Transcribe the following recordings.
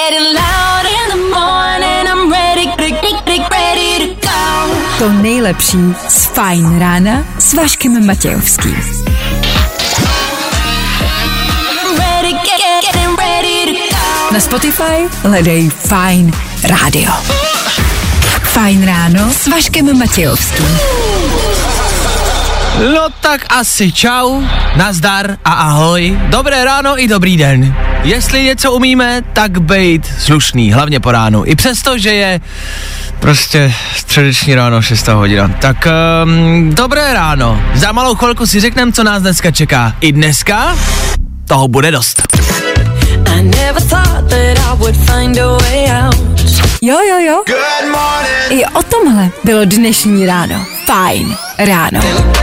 To nejlepší z Fajn rána s Vaškem Matějovským. Na Spotify hledej Fajn rádio. Fajn ráno s Vaškem Matějovským. No tak asi čau, nazdar a ahoj, dobré ráno i dobrý den. Jestli něco umíme, tak bejt slušný, hlavně po ránu. I přesto, že je prostě středeční ráno, 6 hodina. Tak dobré ráno. Za malou chvilku si řekneme, co nás dneska čeká. I dneska toho bude dost. Jo. I o tomhle bylo dnešní ráno. Fajn ráno.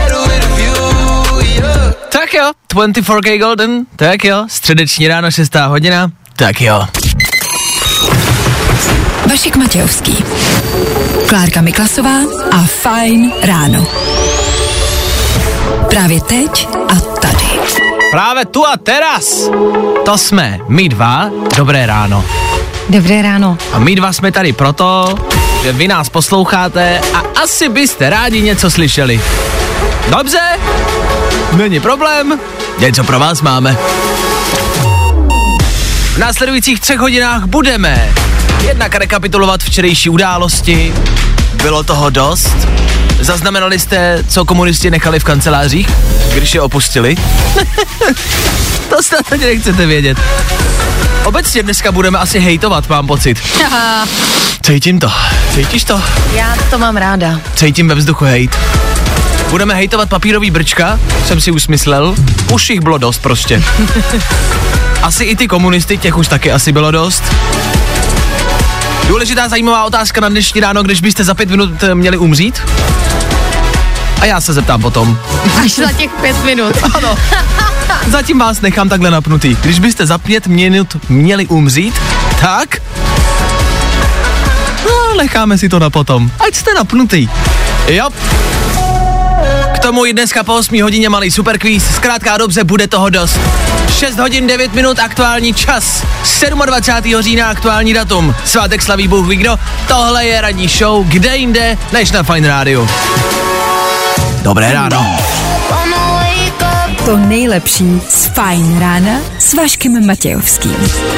Tak jo, 24K Golden, tak jo, středeční ráno, 6 hodina, tak jo. Vašek Matějovský, Klárka Miklasová a Fajn ráno. Právě teď a tady. Právě tu a teraz, to jsme my dva, dobré ráno. Dobré ráno. A my dva jsme tady proto, že vy nás posloucháte a asi byste rádi něco slyšeli. Dobře? Není problém, něco pro vás máme. V následujících 3 hodinách budeme jednak rekapitulovat včerejší události. Bylo toho dost. Zaznamenali jste, co komunisti nechali v kancelářích, když je opustili? To snad ani nechcete vědět. Obecně dneska budeme asi hejtovat, mám pocit. Cítím to. Cítíš to? Já to mám ráda. Cítím ve vzduchu hejt. Budeme hejtovat papírový brčka, jsem si už myslel. Už jich bylo dost prostě. Asi i ty komunisty, těch už taky asi bylo dost. Důležitá zajímavá otázka na dnešní ráno, když byste za 5 minut měli umřít? A já se zeptám potom. Až za těch 5 minut. Ano. Zatím vás nechám takhle napnutý. Když byste za 5 minut měli umřít, tak... No, necháme si to na potom. Ať jste napnutý. Jo. K tomu i dneska po 8 hodině malý superkvíz. Zkrátka dobře, bude toho dost. 6 hodin 9 minut aktuální čas. 27. října aktuální datum. Svátek slaví Bůh ví kdo. Tohle je ranní show, kde jinde než na Fajn rádiu. Dobré ráno. To nejlepší z Fajn rána s Vaškem Matějovským.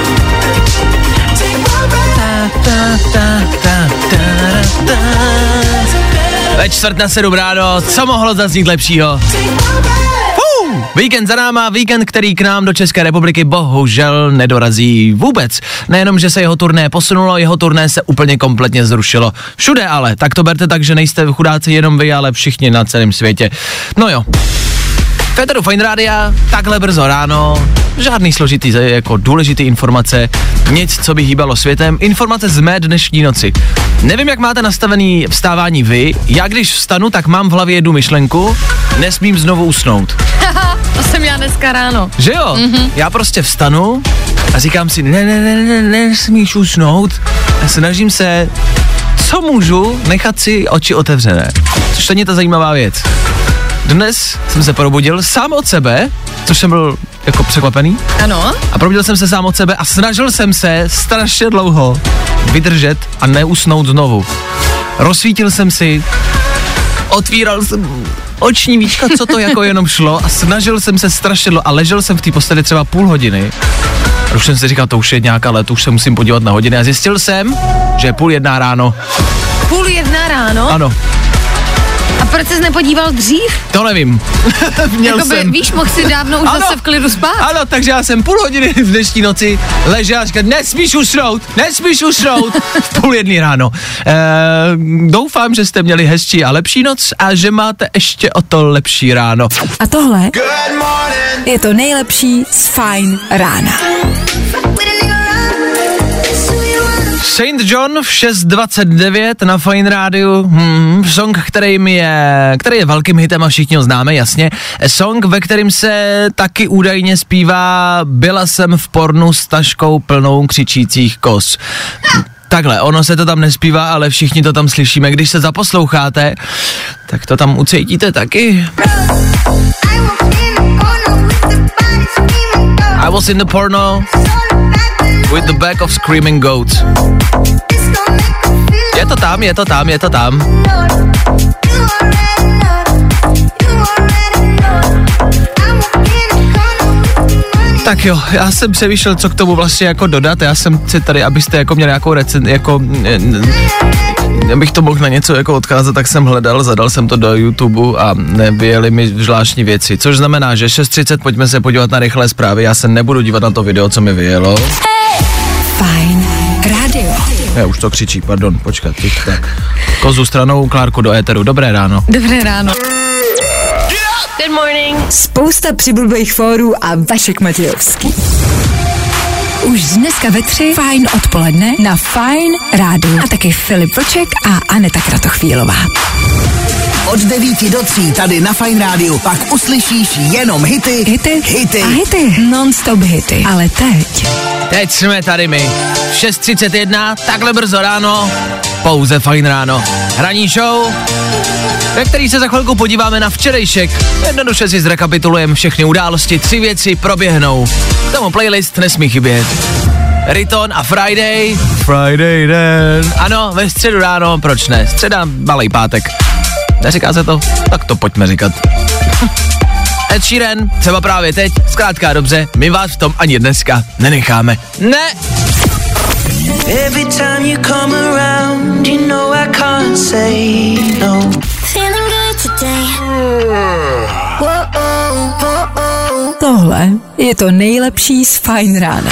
Ve 6:45 ráno, co mohlo zaznít lepšího? Víkend za náma, víkend, který k nám do České republiky bohužel nedorazí vůbec. Nejenom, že se jeho turné posunulo, jeho turné se úplně kompletně zrušilo. Všude ale, tak to berte tak, že nejste chudáci jenom vy, ale všichni na celém světě. No jo. Féteru Fajn rádia, takhle brzo ráno, žádný složitý, jako důležitý informace, nic, co by hýbalo světem, informace z mé dnešní noci. Nevím, jak máte nastavený vstávání vy, já když vstanu, tak mám v hlavě jednu myšlenku, nesmím znovu usnout. To jsem já dneska ráno. Že jo? Mm-hmm. Já prostě vstanu a říkám si, nesmíš usnout a snažím se, co můžu, nechat si oči otevřené, což není ta zajímavá věc. Dnes jsem se probudil sám od sebe, což jsem byl jako překvapený. Ano. A probudil jsem se sám od sebe a snažil jsem se strašně dlouho vydržet a neusnout znovu. Rozsvítil jsem si, otvíral jsem oční víčka, co to jako jenom šlo a snažil jsem se strašně dlouho a ležel jsem v té posteli třeba půl hodiny. A už jsem si říkal, to už je nějaká let, už se musím podívat na hodiny a zjistil jsem, že je 12:30 ráno. 12:30 ráno? Ano. A proč ses nepodíval dřív? To nevím. Měl jakoby, jsem. Víš, mohl si dávno už zase v klidu spát. Ano, takže já jsem půl hodiny v dnešní noci ležel a říkal, nesmíš usnout v 12:30 ráno. Doufám, že jste měli hezčí a lepší noc a že máte ještě o to lepší ráno. A tohle je to nejlepší z Fajn rána. Saint John v 6:29 na Fajn rádiu, song, který je velkým hitem a všichni ho známe, jasně. Song, ve kterým se taky údajně zpívá Byla jsem v pornu s taškou plnou křičících kos. Takhle, ono se to tam nespívá, ale všichni to tam slyšíme. Když se zaposloucháte, tak to tam ucítíte taky. I was in the porno With the back of Screaming Goats. Je to tam. Tak jo, já jsem přemýšlel, co k tomu vlastně jako dodat, já jsem si tady, abyste jako měli nějakou abych to mohl na něco jako odkázat, tak jsem hledal, zadal jsem to do YouTube a nevyjeli mi zvláštní věci, což znamená, že 6:30 pojďme se podívat na rychlé zprávy, já se nebudu dívat na to video, co mi vyjelo. Fajn rádio. Už to křičí, pardon, počkat, tak. Kozu stranou, Klárku do éteru, dobré ráno. Dobré ráno. Good morning. Spousta přibulbých fórů a Vašek Matějovský. Už dneska ve 3 fajn odpoledne na Fajn rádiu. A taky Filip Vlček a Aneta Kratochvílová. Od 9 do 3 tady na Fajn rádiu pak uslyšíš jenom hity. Hity. A hity. Non-stop hity. Ale teď jsme tady my. 6:31, takhle brzo ráno, pouze Fajn ráno. Ranní show, ve který se za chvilku podíváme na včerejšek. Jednoduše si zrekapitulujeme všechny události, 3 věci proběhnou. K tomu playlist nesmí chybět. Riton a Friday den. Ano, ve středu ráno, proč ne? Středa, malej pátek. Neříká se to? Tak to pojďme říkat. Ed Sheeran, třeba právě teď, zkrátka dobře, my vás v tom ani dneska nenecháme. Ne! Every time you come around, you know I can't say no. Feeling good today. tohle je to nejlepší z Fajn rána.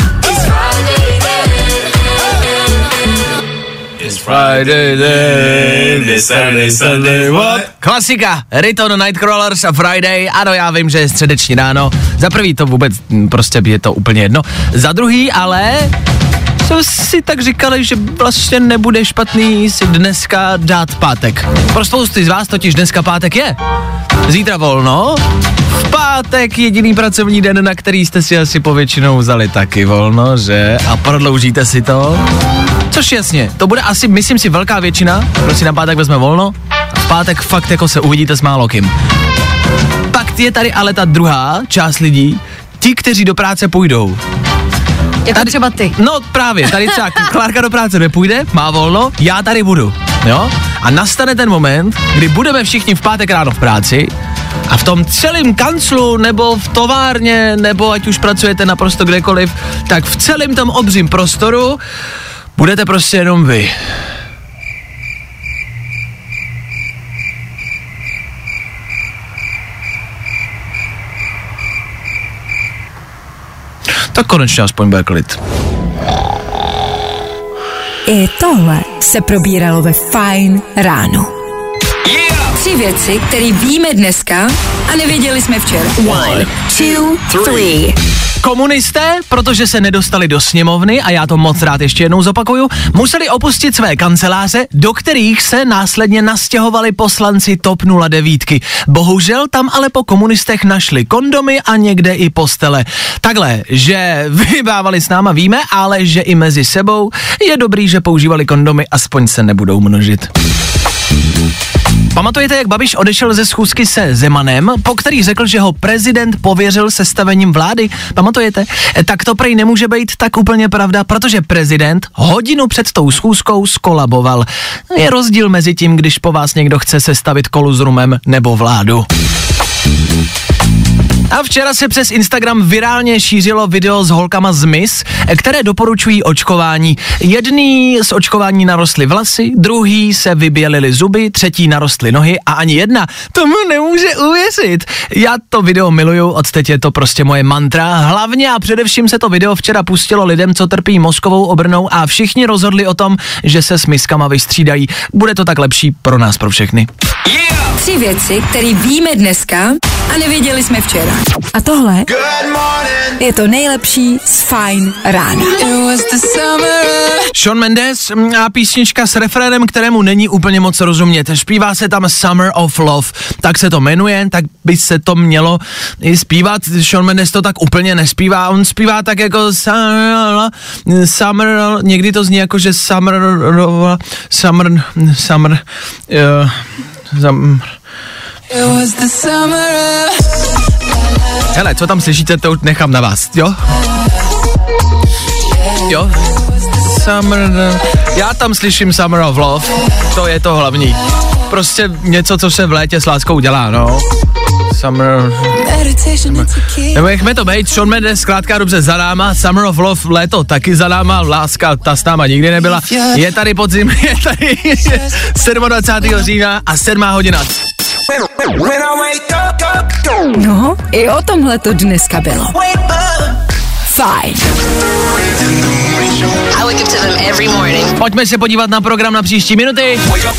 It's Friday then, this Saturday, Sunday, what? Klasika, Riton, Nightcrawlers a Friday, ano, já vím, že je středeční ráno. Za prvý to vůbec, prostě je to úplně jedno. Za druhý, ale jsme si tak říkali, že vlastně nebude špatný si dneska dát pátek. Pro spousty z vás totiž dneska pátek je. Zítra volno, v pátek jediný pracovní den, na který jste si asi povětšinou vzali taky volno, že? A prodloužíte si to. Což jasně, to bude asi, myslím si, velká většina, kdo si na pátek vezme volno, a v pátek fakt jako se uvidíte s málo kým. Pak je tady ale ta druhá část lidí, ti, kteří do práce půjdou. Jako tady, třeba ty. No právě, tady třeba Klárka do práce nepůjde, má volno, já tady budu, jo? A nastane ten moment, kdy budeme všichni v pátek ráno v práci a v tom celém kanclu, nebo v továrně, nebo ať už pracujete naprosto kdekoliv, tak v celém tom obřím prostoru budete prostě jenom vy. Tak konečně aspoň bude klid. I tohle se probíralo ve Fajn ráno. Yeah! 3 věci, které víme dneska a nevěděli jsme včera. 1, 2, 3. Komunisté, protože se nedostali do sněmovny, a já to moc rád ještě jednou zopakuju, museli opustit své kanceláře, do kterých se následně nastěhovali poslanci TOP 09. Bohužel tam ale po komunistech našli kondomy a někde i postele. Takhle, že vybávali s náma víme, ale že i mezi sebou je dobrý, že používali kondomy, aspoň se nebudou množit. Pamatujete, jak Babiš odešel ze schůzky se Zemanem, po který řekl, že ho prezident pověřil sestavením vlády? Pamatujete? Tak to prej nemůže být tak úplně pravda, protože prezident hodinu před tou schůzkou skolaboval. Je rozdíl mezi tím, když po vás někdo chce sestavit kolu s rumem nebo vládu. A včera se přes Instagram virálně šířilo video s holkama z Miss, které doporučují očkování. Jedný z očkování narostly vlasy, druhý se vybělily zuby, třetí narostly nohy a ani jedna tomu nemůže uvěřit. Já to video miluju, odteď je to prostě moje mantra. Hlavně a především se to video včera pustilo lidem, co trpí mozkovou obrnou, a všichni rozhodli o tom, že se s miskama vystřídají. Bude to tak lepší pro nás, pro všechny. Yeah! 3 věci, které víme dneska a nevěděli jsme včera. A tohle je to nejlepší z Fajn rána. Shawn Mendes a písnička s refrénem, kterému není úplně moc rozumět. Zpívá se tam Summer of Love, tak se to jmenuje, tak by se to mělo i zpívat. Shawn Mendes to tak úplně nespívá, on zpívá tak jako Summer, někdy to zní jako, že Summer. Hele, co tam slyšíte, to nechám na vás, jo? Jo? Já tam slyším Summer of Love, to je to hlavní. Prostě něco, co se v létě s láskou dělá, no. Summer. Nebo jak to být, Shawn Mendes zkrátka dobře za náma, Summer of Love, léto taky za náma, láska ta s náma nikdy nebyla. Je tady podzim, je tady 27. října a 7 hodina. No, i o tomhle to dneska bylo. Fajn. Pojďme se podívat na program na příští minuty.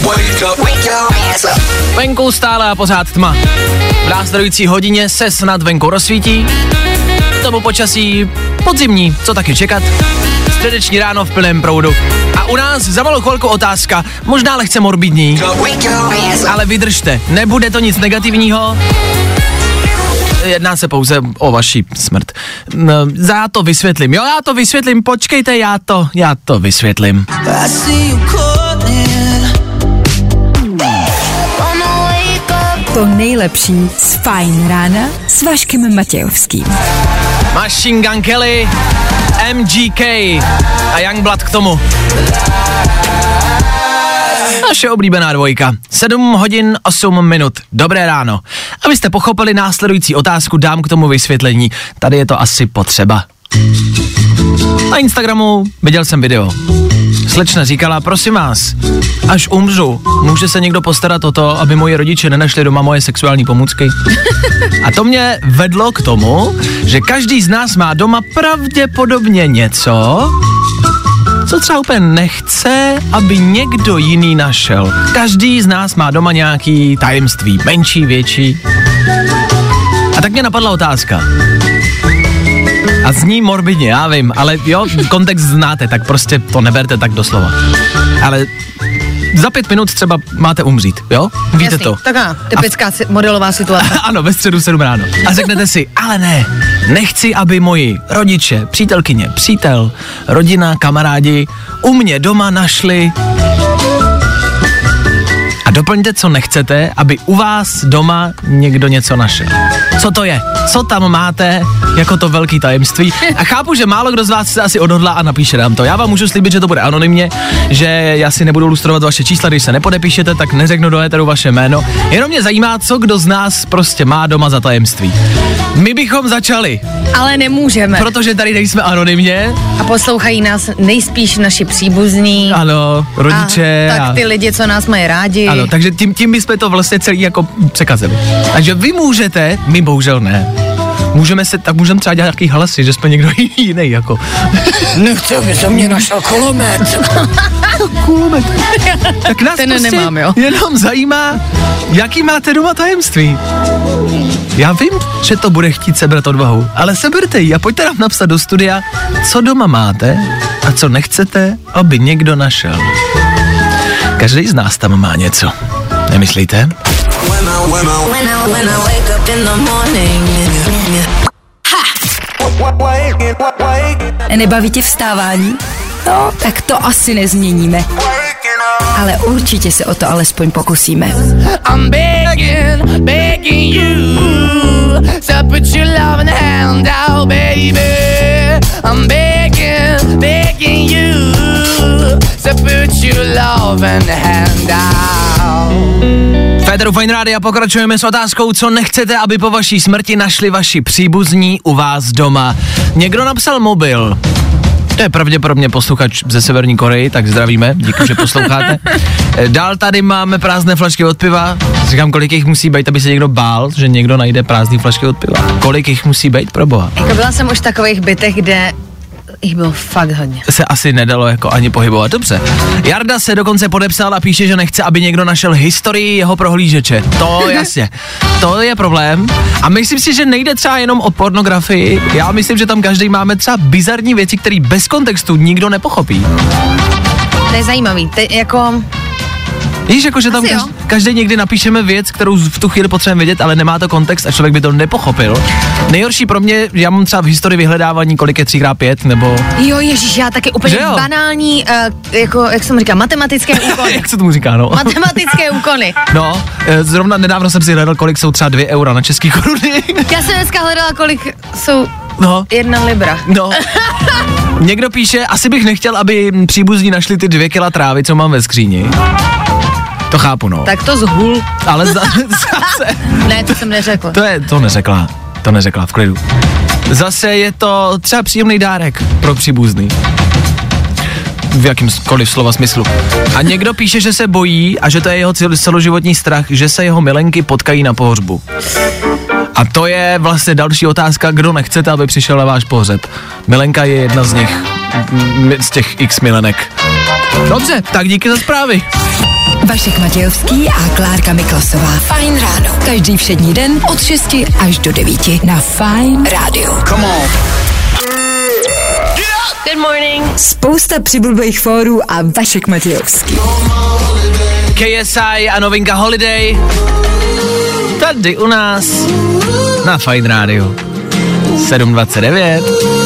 Venku stále a pořád tma. V následující hodině se snad venku rozsvítí. Tomu počasí podzimní, co taky čekat. Středeční ráno v plném proudu. A u nás za malou chvilku otázka, možná lehce morbidní, ale vydržte, nebude to nic negativního. Jedná se pouze o vaši smrt. Já to vysvětlím, já to vysvětlím, počkejte, já to vysvětlím. To nejlepší z Fajn rána s Vaškem Matějovským. Machine Gun Kelly, MGK a Youngblood k tomu. Naše oblíbená dvojka. 7 hodin 8 minut. Dobré ráno. Abyste pochopili následující otázku, dám k tomu vysvětlení. Tady je to asi potřeba. Na Instagramu viděl jsem video. Slečna říkala, prosím vás, až umřu, může se někdo postarat o to, aby moji rodiče nenašli doma moje sexuální pomůcky? A to mě vedlo k tomu, že každý z nás má doma pravděpodobně něco, co třeba úplně nechce, aby někdo jiný našel. Každý z nás má doma nějaký tajemství, menší, větší. A tak mě napadla otázka. A zní morbidně, já vím, ale jo, kontext znáte, tak prostě to neberte tak doslova. Ale za 5 minut třeba máte umřít, jo? Víte jasný, to. Taká typická modelová situace. Ano, ve středu 7 ráno. A řeknete si, ale ne, nechci, aby moji rodiče, přítelkyně, přítel, rodina, kamarádi u mě doma našli. A doplňte, co nechcete, aby u vás doma někdo něco našel. Co to je? Co tam máte jako to velký tajemství? A chápu, že málo kdo z vás se asi odhodlá a napíše nám to. Já vám můžu slíbit, že to bude anonymně, že já si nebudu lustrovat vaše čísla, když se nepodepíšete, tak neřeknu do éteru vaše jméno. Jenom mě zajímá, co kdo z nás prostě má doma za tajemství. My bychom začali. Ale nemůžeme. Protože tady nejsme anonymně. A poslouchají nás nejspíš naši příbuzní. Ano, rodiče. Tak ty lidi, co nás mají rádi. Ano, takže tím bychom to vlastně celý jako překazili. Takže vy můžete, my bohužel ne. Můžeme třeba dělat nějaký hlasy, že jsme někdo jiný, jako. Nechci, aby se mě našel kulomet. Kulomet. Tak nás ten prostě nemám, jo. Jenom zajímá, jaký máte doma tajemství. Já vím, že to bude chtít sebrat odvahu, ale seberte ji a pojďte nám napsat do studia, co doma máte a co nechcete, aby někdo našel. Každý z nás tam má něco. Nemyslíte? Nebaví tě vstávání? No, tak to asi nezměníme. Ale určitě se o to alespoň pokusíme. I'm begging you, so put your love in the hand out, baby. I'm begging you, so put your love in the hand out. Féteru Fajn rádia pokračujeme s otázkou, co nechcete, aby po vaší smrti našli vaši příbuzní u vás doma. Někdo napsal mobil. To je pravděpodobně posluchač ze Severní Koreji, tak zdravíme, díky, že posloucháte. Dál tady máme prázdné flašky od piva. Říkám, kolik jich musí být, aby se někdo bál, že někdo najde prázdné flašky od piva. Kolik jich musí být, proboha? Jako byla jsem už v takových bytech, kde jich bylo fakt hodně. Se asi nedalo jako ani pohybovat, dobře. Jarda se dokonce podepsal a píše, že nechce, aby někdo našel historii jeho prohlížeče. To jasně, to je problém. A myslím si, že nejde třeba jenom o pornografii. Já myslím, že tam každý máme třeba bizarní věci, které bez kontextu nikdo nepochopí. To je zajímavý, jako... Víš, jako, že tam každý někdy napíšeme věc, kterou v tu chvíli potřebujeme vědět, ale nemá to kontext a člověk by to nepochopil. Nejhorší pro mě, já mám třeba v historii vyhledávání, kolik je 3x5, nebo... Jo, ježiš, já taky úplně banální, jako, jak jsem říká, matematické úkony. Jak se tomu říká, no? Matematické úkony. No, zrovna nedávno jsem si hledal, kolik jsou třeba 2 eura na český koruny. Já jsem dneska hledala, kolik jsou... No. 1 libra. No. Někdo píše, asi bych nechtěl, aby příbuzní našli ty 2 kila trávy, co mám ve skříni. To chápu, no. Tak to zhul. Ale zase... Ne, to jsem neřekla. To neřekla, v klidu. Zase je to třeba příjemný dárek pro příbuzný. V jakýmkoliv slova smyslu. A někdo píše, že se bojí a že to je jeho celoživotní strach, že se jeho milenky potkají na pohřbu. A to je vlastně další otázka, kdo nechcete, aby přišel na váš pohřeb. Milenka je jedna z nich, z těch x milenek. Dobře, tak díky za zprávy. Vašek Matějovský a Klárka Miklasová. Fajn ráno. Každý všední den od 6 až do 9 na Fajn rádiu. Come on. Good morning. Spousta přibulbých fórů a Vašek Matějovský. KSI a novinka Holiday. Tady u nás na Fajn rádiu. 7:29.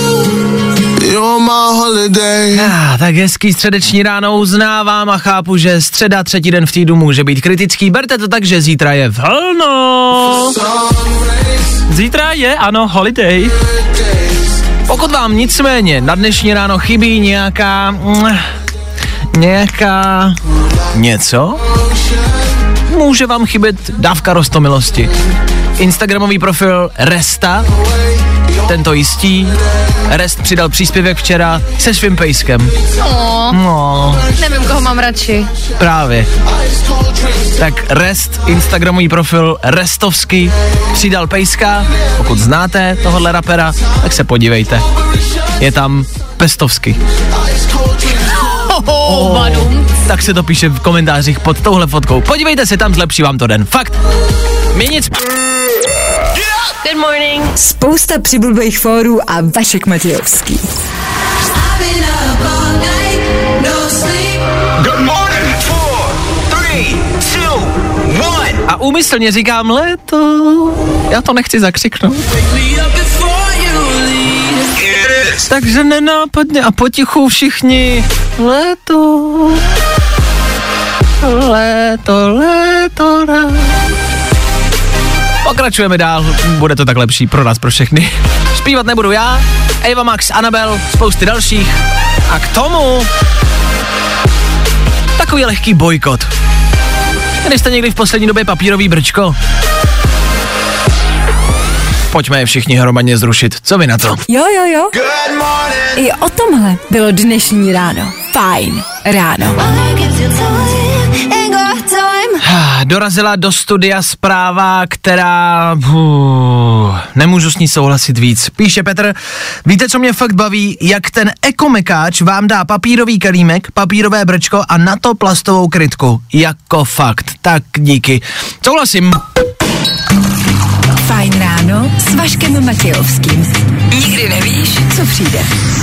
Tak hezký středeční ráno uznávám a chápu, že středa, 3. den v týdnu může být kritický. Berte to tak, že zítra je volno. Zítra je, ano, holiday. Pokud vám nicméně na dnešní ráno chybí nějaká něco, může vám chybět dávka roztomilosti. Instagramový profil Resta, tento jistí. Rest přidal příspěvek včera se svým pejskem. No. Nevím, koho mám radši. Právě. Tak Rest, Instagramový profil Restovský, přidal pejska. Pokud znáte tohohle rapera, tak se podívejte. Je tam Pestovsky. Tak se to píše v komentářích pod touhle fotkou. Podívejte se tam, zlepší vám to den. Fakt. Mě nic... Good morning. Spousta přibulbých fórů a Vašek Matějovský. Good morning. 4, 3, 2, 1. A úmyslně říkám léto. Já to nechci zakřiknout. Takže nenápadně a potichu všichni. Léto. Pokračujeme dál, bude to tak lepší pro nás, pro všechny. Zpívat nebudu já, Eva Max, Anabel, spousty dalších. A k tomu takový lehký bojkot. Když jste někdy v poslední době papírový brčko? Pojďme je všichni hromadně zrušit, co vy na to? Jo. I o tomhle bylo dnešní ráno. Fajn ráno. Dorazila do studia zpráva, která... nemůžu s ní souhlasit víc. Píše Petr, víte, co mě fakt baví? Jak ten ekomekáč vám dá papírový kelímek, papírové brčko a na to plastovou krytku. Jako fakt. Tak díky. Souhlasím. Fajn ráno s Vaškem Matějovským. Nikdy nevíš, co přijde.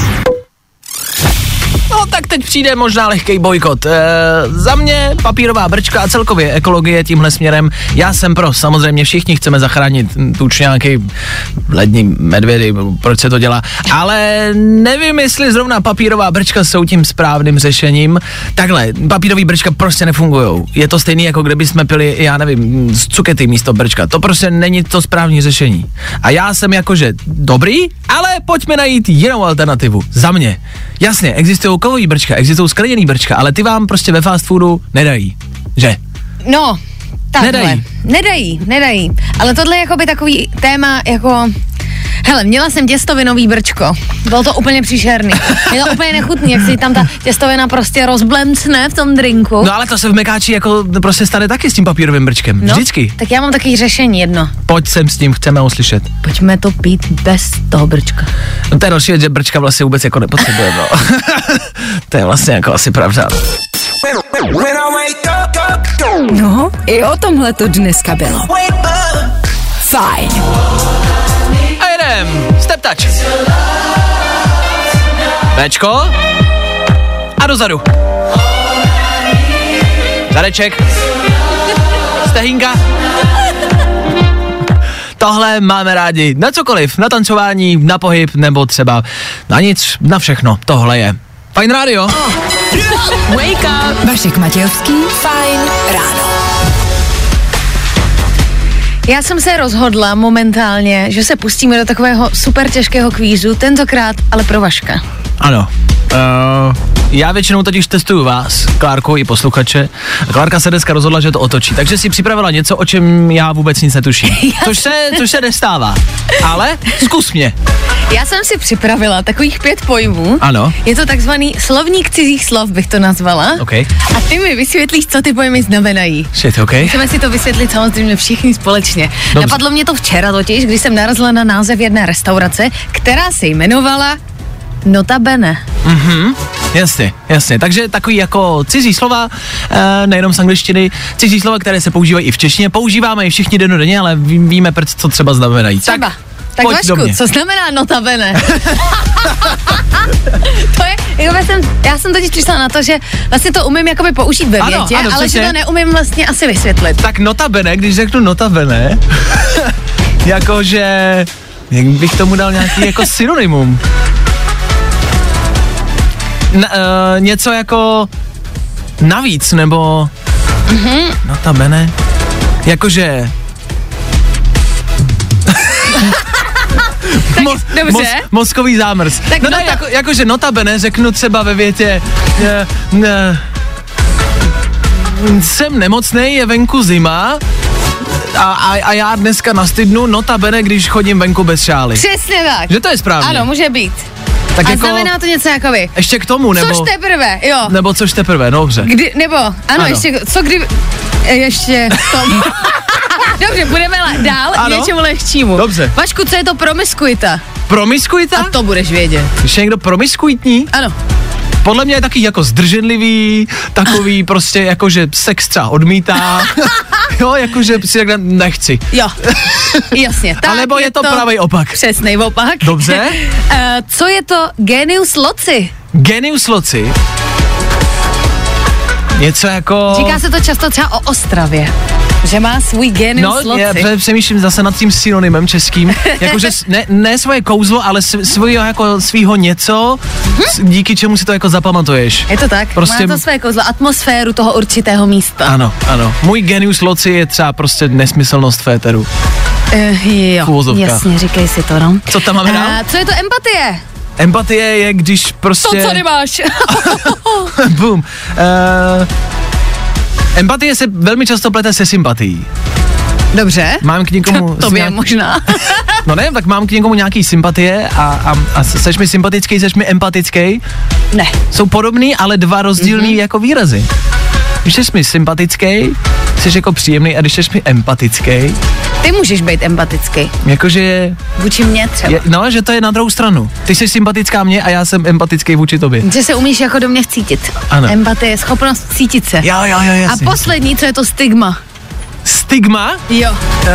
No tak teď přijde možná lehkej bojkot. Za mě papírová brčka a celkově ekologie tímhle směrem. Já jsem pro, samozřejmě všichni chceme zachránit tučňáky, lední medvědy, proč se to dělá. Ale nevím, jestli zrovna papírová brčka jsou tím správným řešením. Takhle, papírový brčka prostě nefungujou. Je to stejný, jako kdyby jsme pili, já nevím, z cukety místo brčka. To prostě není to správné řešení. A já jsem jakože dobrý, ale pojďme najít jinou alternativu. Za mě. Jasně, existují kovový brčka, existují skleněný brčka, ale ty vám prostě ve fast foodu nedají, že? No, takhle. Nedají. Ale tohle je jakoby takový téma jako... Hele, měla jsem těstovinový brčko. Bylo to úplně příšerný. Je to úplně nechutný, jak si tam ta těstovina prostě rozblemcne v tom drinku. No ale to se v mekáči jako prostě stane taky s tím papírovým brčkem. No, vždycky. Tak já mám takový řešení jedno. Pojď sem s tím, chceme ho slyšet. Pojďme to pít bez toho brčka. No to je další věc, že brčka vlastně vůbec jako nepotřebujeme. No. To je vlastně jako asi pravda. No, i o tomhle to dneska bylo. Fajn. A jedem, step touch. Béčko. A dozadu. Zadeček. Stehínka. Tohle máme rádi na cokoliv, na tancování, na pohyb, nebo třeba na nic, na všechno. Tohle je Fajn rádio. Wake up. Vašek Matějovský, Fajn ráno. Já jsem se rozhodla momentálně, že se pustíme do takového super těžkého kvízu, tentokrát ale pro Vaška. Ano. Já většinou totiž testuju vás, Klárku, i posluchače. Klárka se dneska rozhodla, že to otočí, takže si připravila něco, o čem já vůbec nic netuším. Což se nestává. Ale zkus mě. Já jsem si připravila takových 5 pojmů. Ano. Je to takzvaný slovník cizích slov, bych to nazvala. Okay. A ty mi vysvětlíš, co ty pojmy znamenají. Shit, okay. Musíme si to vysvětlit samozřejmě všichni společně. Dobře. Napadlo mě to včera totiž, když jsem narazila na název jedné restaurace, která se jmenovala Notabene. Jasně. Takže takový jako cizí slova, nejenom z angličtiny, cizí slova, které se používají i v češtině, používáme je všichni dennodenně, ale víme, co třeba znamenají. Třeba. Tak Vašku, co znamená notabene? To je, já jsem totiž přišla na to, že vlastně to umím jakoby použít ve větě, ale přesně. Že to neumím vlastně asi vysvětlit. Tak notabene, když řeknu notabene, jakože, jak bych tomu dal nějaký jako synonymum. Něco jako navíc, nebo notabene, jakože mozkový zámrs. Tak no ne, jakože notabene řeknu třeba ve větě jsem nemocnej, je venku zima a já dneska nastydnu notabene, když chodím venku bez šály. Přesně tak. Že to je správně. Ano, může být. Tak a jako, znamená to něco jako vy. Ještě k tomu, nebo... Což teprve, jo. Nebo což teprve, dobře. Ano. Ještě tom. Dobře, budeme dál něčemu lehčímu. Dobře. Vašku, co je to promiskuita? Promiskuita? A to budeš vědět. Když je někdo promiskuitní? Ano. Podle mě je taky jako zdrženlivý, takový prostě jako, že sex třeba odmítá. Jo, jakože si takhle nechci. Jo, jasně. Tak a nebo je to pravý opak. Přesnej opak. Dobře. Co je to genius loci? Genius loci? Něco jako... Říká se to často třeba o Ostravě. Že má svůj genius loci. No, já přemýšlím zase nad tím synonymem českým. Jakože ne svoje kouzlo, ale svýho něco, díky čemu si to jako zapamatuješ. Je to tak, prostě... má to své kouzlo, atmosféru toho určitého místa. Ano. Můj genius loci je třeba prostě nesmyslnost féteru. Jo, jasně, říkej si to, no. Co tam máme dál? Co je to empatie? Empatie je, když prostě... To, co nemáš. Boom. Empatie se velmi často plete se sympatií. Dobře. Mám k někomu... Tobě možná. No ne, tak mám k někomu nějaký sympatie a seš mi sympatický, seš mi empatický. Ne. Jsou podobný, ale dva rozdílný jako výrazy. Když jsi mi sympatický, jsi jako příjemný, a když jsi mi empatický... Ty můžeš být empatický. Jakože... Vůči mně třeba. No, že to je na druhou stranu. Ty jsi sympatická mně a já jsem empatický vůči tobě. Že se umíš jako do mě vcítit. Ano. Empatie je schopnost cítit se. Jo, jasně. A poslední, co je to stigma? Stigma? Jo.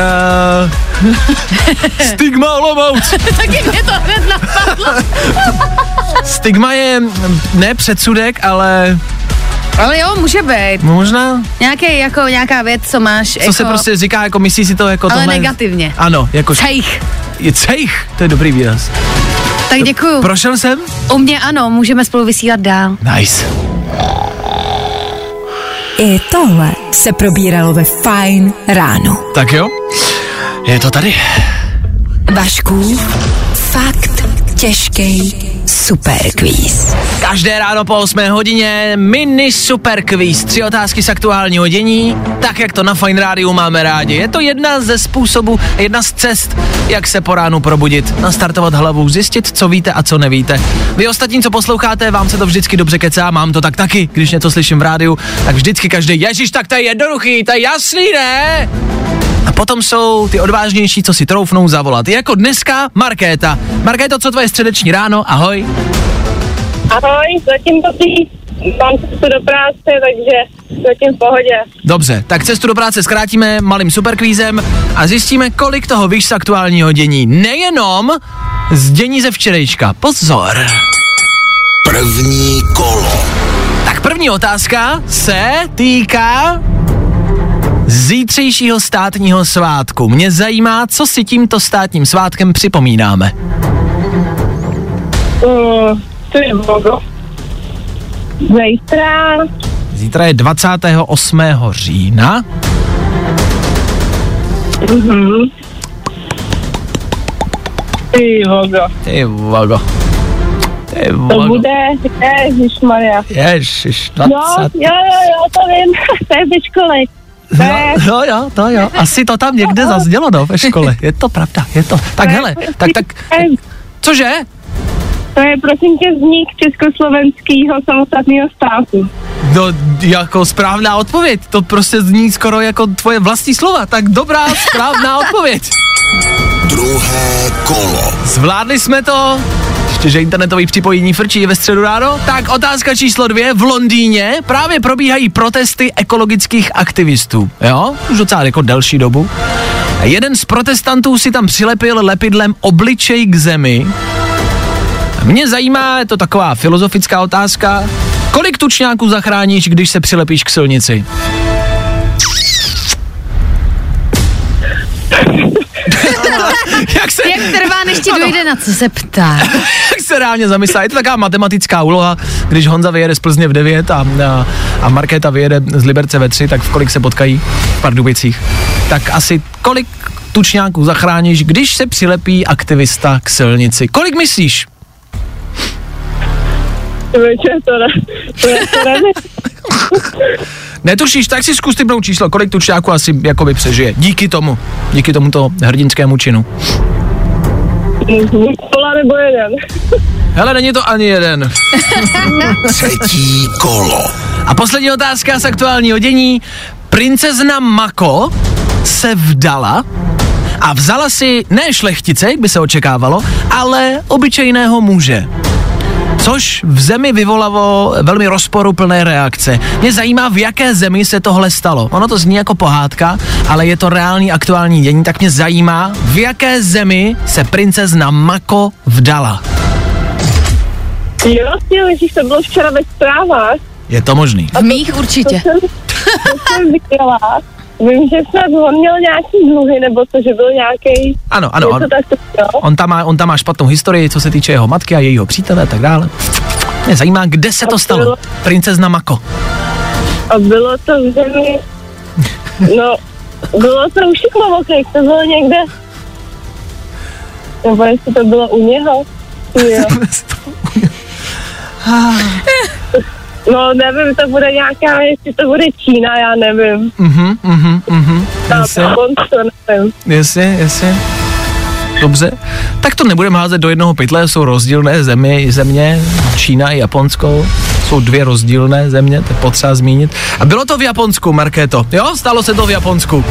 Stigma Olomouc. Taky mě to hned napadlo. Stigma je ne předsudek, ale... Ale jo, může být. Možná. Nějaká věc, co máš. Co se prostě říká, jako myslí si to jako ale tohle... negativně. Ano, jako... Cejch. Je cejch, to je dobrý výraz. Tak děkuju. Prošel jsem? U mě ano, můžeme spolu vysílat dál. Nice. I tohle se probíralo ve Fajn ráno. Tak jo, je to tady. Vaškův fakt těžký superkvíz. Každé ráno po 8 hodině mini superkvíz. 3 otázky z aktuálního dění, tak jak to na Fajn rádiu máme rádi. Je to jedna ze způsobů, jedna z cest, jak se po ránu probudit, nastartovat hlavu, zjistit, co víte a co nevíte. Vy ostatní, co posloucháte, vám se to vždycky dobře kecá, mám to tak taky, když něco slyším v rádiu, tak vždycky každý, ježiš, tak to je jednoduchý, to je jasný, ne? A potom jsou ty odvážnější, co si troufnou zavolat. Jako dneska Markéta. Markéto, co tvoje středeční ráno? Ahoj. Ahoj, zatím dobrý. Mám cestu do práce, takže zatím v pohodě. Dobře, tak cestu do práce zkrátíme malým superkvízem a zjistíme, kolik toho víš z aktuálního dění. Nejenom z dění ze včerejška. Pozor. První kolo. Tak první otázka se týká zítřejšího státního svátku. Mě zajímá, co si tímto státním svátkem připomínáme. Zítra je 28. října. Ty vogo. Ty vogo. To bude, ježišmarja. Ježiš, 20. Jo, to vím, to je ve škole. No jo, asi to tam někde zaznělo, no, ve škole, je to pravda, je to. Tak hele, tak, cože? To je prosím tě vznik československého samostatného státu. No, jako správná odpověď, to prostě zní skoro jako tvoje vlastní slova, tak dobrá, správná odpověď. Druhé kolo. Zvládli jsme to, ještě, že internetový připojení frčí ve středu ráno. Tak otázka číslo 2, v Londýně právě probíhají protesty ekologických aktivistů, jo, už docela jako delší dobu. A jeden z protestantů si tam přilepil lepidlem obličej k zemi. A mě zajímá, je to taková filozofická otázka, kolik tučňáků zachráníš, když se přilepíš k silnici? Jak trvá, než ti dojde, na co se ptá? Jak se reálně zamyslá, je to taková matematická úloha, když Honza vyjede z Plzně v 9 a Markéta vyjede z Liberce ve 3, tak v kolik se potkají v Pardubicích. Tak asi kolik tučňáků zachráníš, když se přilepí aktivista k silnici? Kolik myslíš? Netušíš, tak si zkus typnout číslo, kolik tučňáků asi jakoby přežije. Díky tomuto hrdinskému činu. Pola nebo jeden. Hele, není to ani jeden. Třetí kolo. A poslední otázka z aktuálního dění. Princezna Mako se vdala a vzala si ne šlechtice, jak by se očekávalo, ale obyčejného muže. Což v zemi vyvolalo velmi rozporuplné reakce. Mě zajímá, v jaké zemi se tohle stalo. Ono to zní jako pohádka, ale je to reálný aktuální dění, tak mě zajímá, v jaké zemi se princezna Mako vdala. Jo, to bylo včera ve zprávách. Je to možný. V mých určitě. To jsem viděla. Vím, že snad on měl nějaký dluhy, nebo to, že byl nějaký. Ano. On tam má špatnou historii, co se týče jeho matky a jejího přítele a tak dále. Mě zajímá, kde se to stalo. Princezna Mako. A bylo to v zemi. No, bylo to u Šiklovokryk, to bylo někde. Nebo jestli to bylo u něho. Jo. No, nevím, to bude nějaká, jestli to bude Čína, já nevím. Jasně. Dobře. Tak to nebudeme házet do jednoho pytle, jsou rozdílné země, Čína a Japonsko. Jsou dvě rozdílné země, to je potřeba zmínit. A bylo to v Japonsku, Markéto, jo? Stalo se to v Japonsku.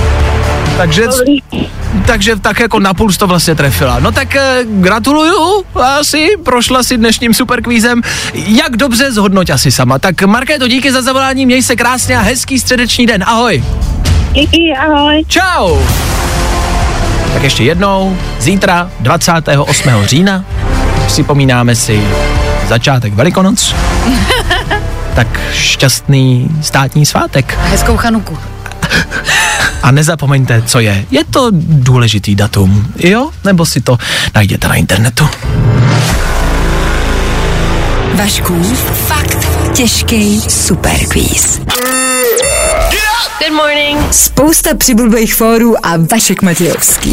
Takže tak jako napůl to vlastně trefila. No tak gratuluju, asi prošla si dnešním superkvízem. Jak dobře, zhodnoť asi sama. Tak Markéto, díky za zavolání, měj se krásně a hezký středeční den. Ahoj. Díky, ahoj. Čau. Tak ještě jednou, zítra 28. října připomínáme si začátek Velikonoc. Tak šťastný státní svátek. Hezkou Chanuku. A nezapomeňte, co je. Je to důležitý datum, jo? Nebo si to najděte na internetu. Vaškův fakt těžký superkvíz. Good morning. Spousta přibulbých fórů a Vašek Matějovský.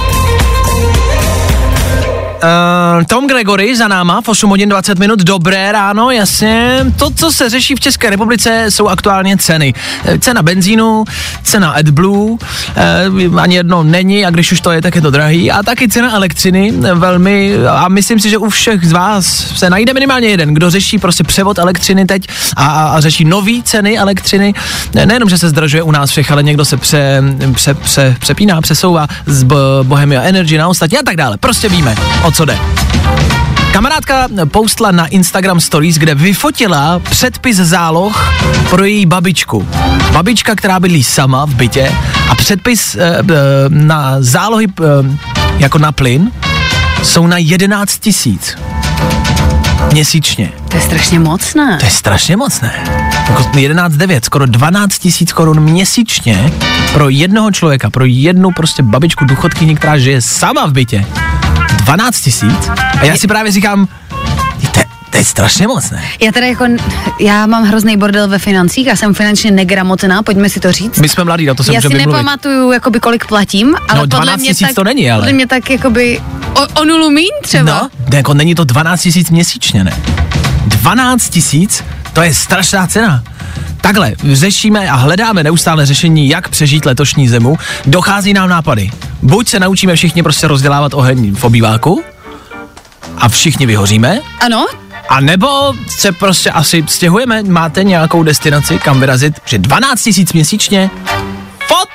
Tom Gregory za náma v 8 hodin 20 minut. Dobré ráno, jasně. To, co se řeší v České republice, jsou aktuálně ceny. Cena benzínu, cena AdBlue, ani jedno není, a když už to je, tak je to drahý. A taky cena elektřiny, velmi, a myslím si, že u všech z vás se najde minimálně jeden, kdo řeší prostě převod elektřiny teď a řeší nový ceny elektřiny. Nejenom, že se zdražuje u nás všech, ale někdo se přepíná, přesouvá z Bohemia Energy na ostatní a tak dále. Prostě víme, o co jde. Kamarádka postla na Instagram Stories, kde vyfotila předpis záloh pro její babičku. Babička, která bydlí sama v bytě, a předpis na zálohy jako na plyn jsou na 11 000 měsíčně. To je strašně moc, ne? To je strašně moc, ne? Jako 11,9, skoro 12 000 korun měsíčně pro jednoho člověka, pro jednu prostě babičku důchodkyni, která žije sama v bytě. 12 000? A já si právě říkám, to To je strašně moc, ne? Já mám hrozný bordel ve financích, já jsem finančně negramotná, pojďme si to říct. My jsme mladí, na to se já můžeme si vymluvit. Nepamatuju, jakoby kolik platím, ale no, 12 000 to není, ale. Podle mě tak jakoby o nulu míň třeba. No, jako není to 12 000 měsíčně, ne? 12 000, to je strašná cena. Takhle, řešíme a hledáme neustále řešení, jak přežít letošní zimu. Dochází nám nápady. Buď se naučíme všichni prostě rozdělávat oheň v obýváku a všichni vyhoříme. Ano. A nebo se prostě asi stěhujeme, máte nějakou destinaci, kam vyrazit, že 12 000 měsíčně? What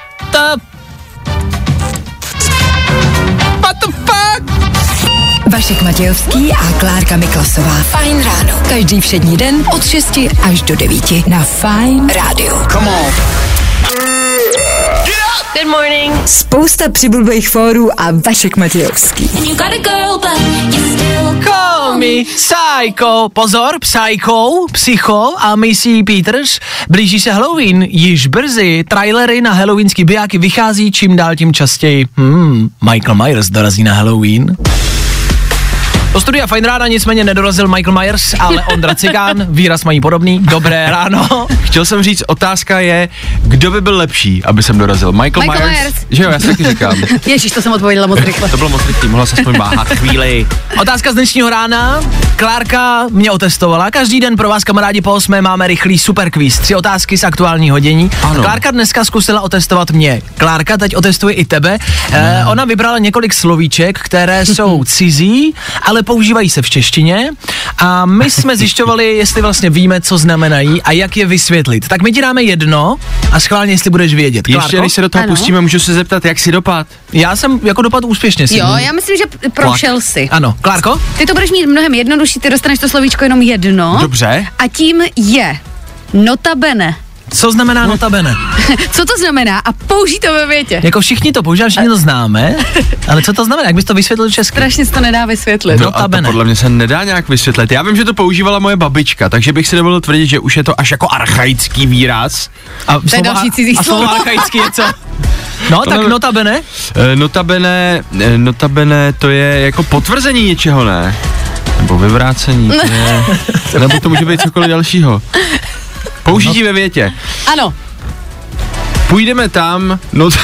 the fuck? Vašek Matějovský a Klárka Miklasová. Fajn ráno. Každý všední den od 6 až do 9 na Fajn rádiu. Come on. Good morning. Spousta přibulbých fórů a Vašek Matějovský. Call me psycho. Pozor, psycho a Missy Peters. Blíží se Halloween, již brzy. Trailery na halloweenský bijáky vychází čím dál tím častěji. Michael Myers dorazí na Halloween. Do studia Fajn rána nicméně nedorazil Michael Myers, ale Ondra Cikán, výraz mají podobný. Dobré ráno. Chtěl jsem říct, otázka je, kdo by byl lepší, aby jsem dorazil. Michael Myers. Že jo, já si taky říkám. Ježíš, to jsem odpověděla moc rychle. To bylo moc rychlý, mohla se aspoň váhat chvíli. Otázka z dnešního rána. Klárka mě otestovala. Každý den pro vás, kamarádi, po 8 máme rychlý super quiz. 3 otázky z aktuálního dění. Ano. Klárka dneska zkusila otestovat mě. Klárka teď otestuje i tebe. Ona vybrala několik slovíček, které jsou cizí, ale používají se v češtině. A my jsme zjišťovali, jestli vlastně víme, co znamenají a jak je vysvětlit. Tak my ti dáme jedno a schválně, jestli budeš vědět. Klárko? Ještě než se do toho pustíme, můžu se zeptat, jak si dopad? Já jsem jako dopad úspěšně. Jo, já myslím, že prošel si. Ano, Klárko? Ty to budeš mít mnohem jednodušší, ty dostaneš to slovíčko jenom jedno. Dobře. A tím je notabene. Co znamená notabene? Co to znamená? A použij to ve větě. Jako všichni to používají, všichni to známe, ale co to znamená? Jak bys to vysvětlil česky? Strašně se to nedá vysvětlit. No a to podle mě se nedá nějak vysvětlit. Já vím, že to používala moje babička, takže bych si dovolil tvrdit, že už je to až jako archaický výraz. A to je další cizí slovo archaický je co? No, tak notabene? Notabene to je jako potvrzení něčeho, ne? Nebo vyvrácení, to je, nebo to může být cokoliv dalšího. Použití ve větě. Ano. Půjdeme tam,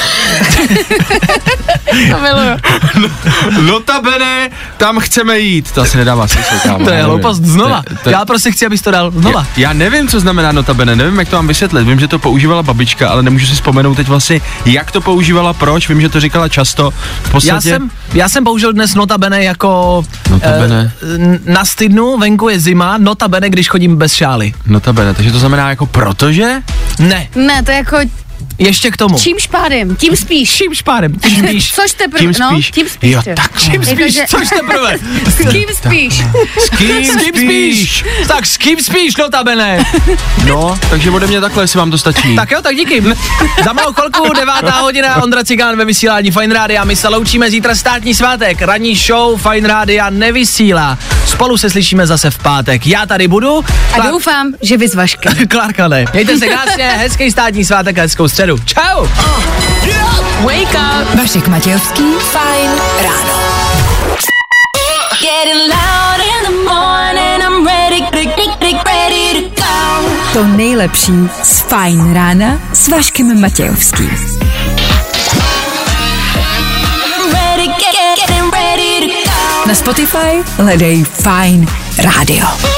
notabene, tam chceme jít. To asi nedává smysl, kámo. To je hloupost, znova. Já prostě chci, abys to dal znova. Já nevím, co znamená notabene, nevím, jak to mám vysvětlit. Vím, že to používala babička, ale nemůžu si vzpomenout teď vlastně, jak to používala, proč. Vím, že to říkala často. V podstatě... Já jsem použil dnes notabene jako na stydnu, venku je zima, notabene, když chodím bez šály. Notabene, takže to znamená jako protože? Ne. Ne, to je jako... Ještě k tomu. Čím špádem, tím spíš. Čím špádem, tím spíš. Což teprve, tím spíš. No, tím spíš. Jo, tak. Čím spíš, což teprve. S kým spíš? S kým spíš? Tak s kým spíš, notabene. No, takže ode mě takhle, jestli vám to stačí. Tak jo, tak díky. Za malou chvilku 9. hodina, Ondra Cikán ve vysílání Fajn rádia. My se loučíme, zítra státní svátek. Ranní show Fajn rádia nevysílá. Spolu se slyšíme zase v pátek. Já tady budu. A doufám, že vy s Vaškem. Klárka ne. Mějte se krásně, hezký státní svátek a hezkou středu. Čau. Wake up. Vašek Matějovský. Fajn ráno. To nejlepší z Fajn rána s Vaškem Matějovským. Na Spotify hledej Fajn rádio.